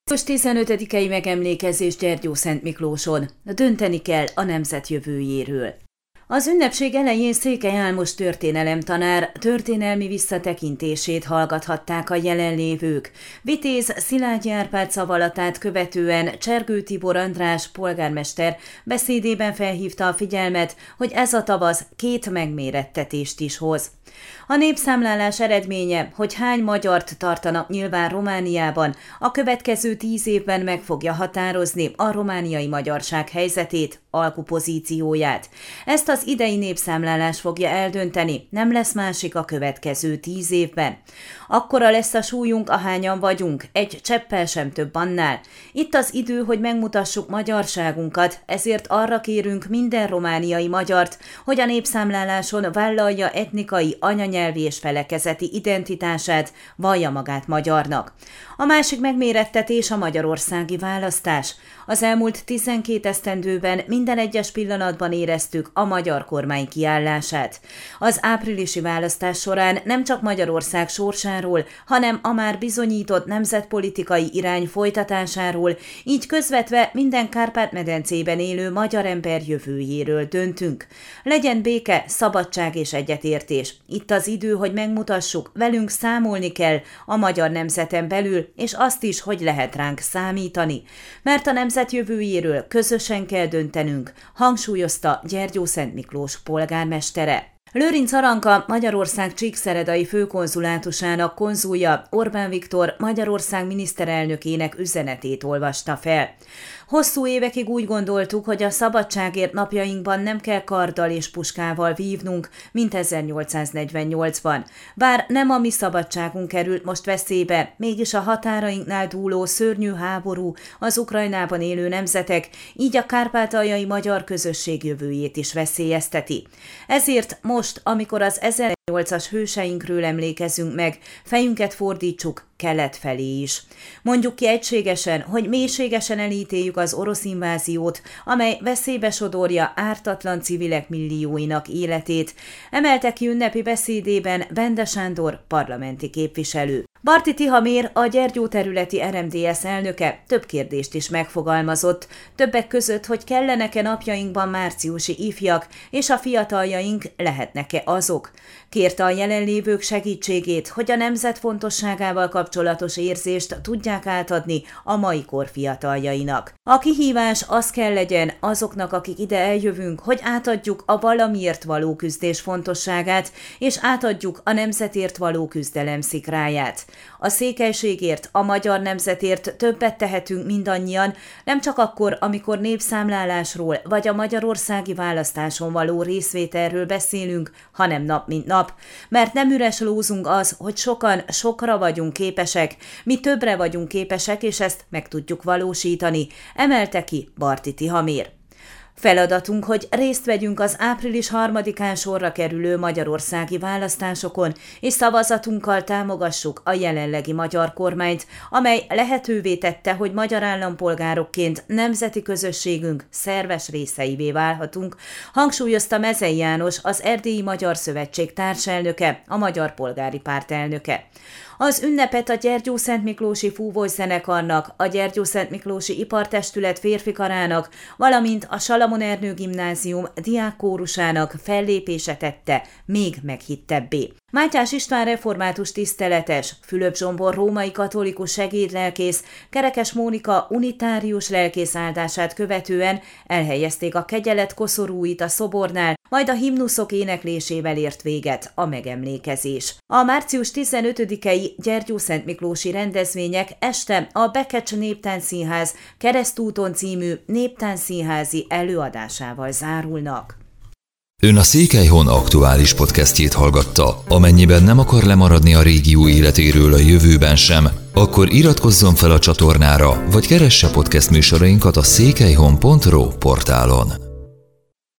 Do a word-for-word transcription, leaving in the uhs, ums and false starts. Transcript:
Most tizenötödikei megemlékezés Gyergyószent Miklóson. Dönteni kell a nemzet jövőjéről. Az ünnepség elején Székely Álmos történelemtanár történelmi visszatekintését hallgathatták a jelenlévők. Vitéz Szilágyi Árpád szavalatát követően Csergő Tibor András polgármester beszédében felhívta a figyelmet, hogy ez a tavasz két megmérettetést is hoz. A népszámlálás eredménye, hogy hány magyart tartanak nyilván Romániában, a következő tíz évben meg fogja határozni a romániai magyarság helyzetét, alkupozícióját. Ezt az idei népszámlálás fogja eldönteni, nem lesz másik a következő tíz évben. Akkora lesz a súlyunk, ahányan vagyunk, egy cseppel sem több annál. Itt az idő, hogy megmutassuk magyarságunkat, ezért arra kérünk minden romániai magyart, hogy a népszámláláson vállalja etnikai, anyanyelvi és felekezeti identitását, vallja magát magyarnak. A másik megmérettetés a magyarországi választás. Az elmúlt tizenkét esztendőben minden egyes pillanatban éreztük a magyar kormány kiállását. Az áprilisi választás során nem csak Magyarország sorsáról, hanem a már bizonyított nemzetpolitikai irány folytatásáról, így közvetve minden Kárpát-medencében élő magyar ember jövőjéről döntünk. Legyen béke, szabadság és egyetértés. Itt az idő, hogy megmutassuk, velünk számolni kell a magyar nemzeten belül, és azt is, hogy lehet ránk számítani. Mert a nemzet jövőjéről közösen kell döntenünk, hangsúlyozta Gyergyószent Miklós polgármestere. Lőrinc Aranka, Magyarország csíkszeredai főkonzulátusának konzulja Orbán Viktor Magyarország miniszterelnökének üzenetét olvasta fel. Hosszú évekig úgy gondoltuk, hogy a szabadságért napjainkban nem kell karddal és puskával vívnunk, mint ezernyolcszáznegyvennyolcban. Bár nem a mi szabadságunk került most veszélybe, mégis a határainknál dúló szörnyű háború, az Ukrajnában élő nemzetek, így a kárpátaljai magyar közösség jövőjét is veszélyezteti. Ezért most, amikor az ezernyolcas hőseinkről emlékezünk meg, fejünket fordítsuk kelet felé is. Mondjuk ki egységesen, hogy mélységesen elítéljük az orosz inváziót, amely veszélybe sodorja ártatlan civilek millióinak életét, emelte ki ünnepi beszédében Bende Sándor parlamenti képviselő. Barti Tihamér, a Gyergyó területi er em dé es elnöke több kérdést is megfogalmazott, többek között, hogy kellenek-e napjainkban márciusi ifjak, és a fiataljaink lehetnek-e azok. Kérte a jelenlévők segítségét, hogy a nemzet fontosságával kapcsolatos érzést tudják átadni a mai kor fiataljainak. A kihívás az kell legyen azoknak, akik ide eljövünk, hogy átadjuk a valamiért való küzdés fontosságát, és átadjuk a nemzetért való küzdelem szikráját. A székelységért, a magyar nemzetért többet tehetünk mindannyian, nem csak akkor, amikor népszámlálásról vagy a magyarországi választáson való részvételről beszélünk, hanem nap mint nap, mert nem üres lózunk az, hogy sokan sokra vagyunk képesek, mi többre vagyunk képesek, és ezt meg tudjuk valósítani, emelte ki Barti Tihamér. Feladatunk, hogy részt vegyünk az április harmadikán sorra kerülő magyarországi választásokon, és szavazatunkkal támogassuk a jelenlegi magyar kormányt, amely lehetővé tette, hogy magyar állampolgárokként nemzeti közösségünk szerves részeivé válhatunk, hangsúlyozta Mezei János, az Erdélyi Magyar Szövetség társelnöke, a Magyar Polgári Párt elnöke. Az ünnepet a Gyergyószent Miklósi Fúvós-zenekarnak, a Gyergyószent Miklósi Ipartestület férfikarának, valamint a Salamon Ernő Gimnázium diákkórusának fellépése tette még meghittebbé. Mátyás István református tiszteletes, Fülöp Zsombor római katolikus segédlelkész, Kerekes Mónika unitárius lelkész áldását követően elhelyezték a kegyelet koszorúit a szobornál, majd a himnuszok éneklésével ért véget a megemlékezés. A március tizenötödikei Gyergyószent Miklósi rendezvények este a Bekecs Néptáncszínház Keresztúton című néptáncszínházi előadásával zárulnak. Ön a Székelyhon aktuális podcastjét hallgatta. Amennyiben nem akar lemaradni a régió életéről a jövőben sem, akkor iratkozzon fel a csatornára, vagy keresse podcast műsorainkat a székelyhon pont ro portálon.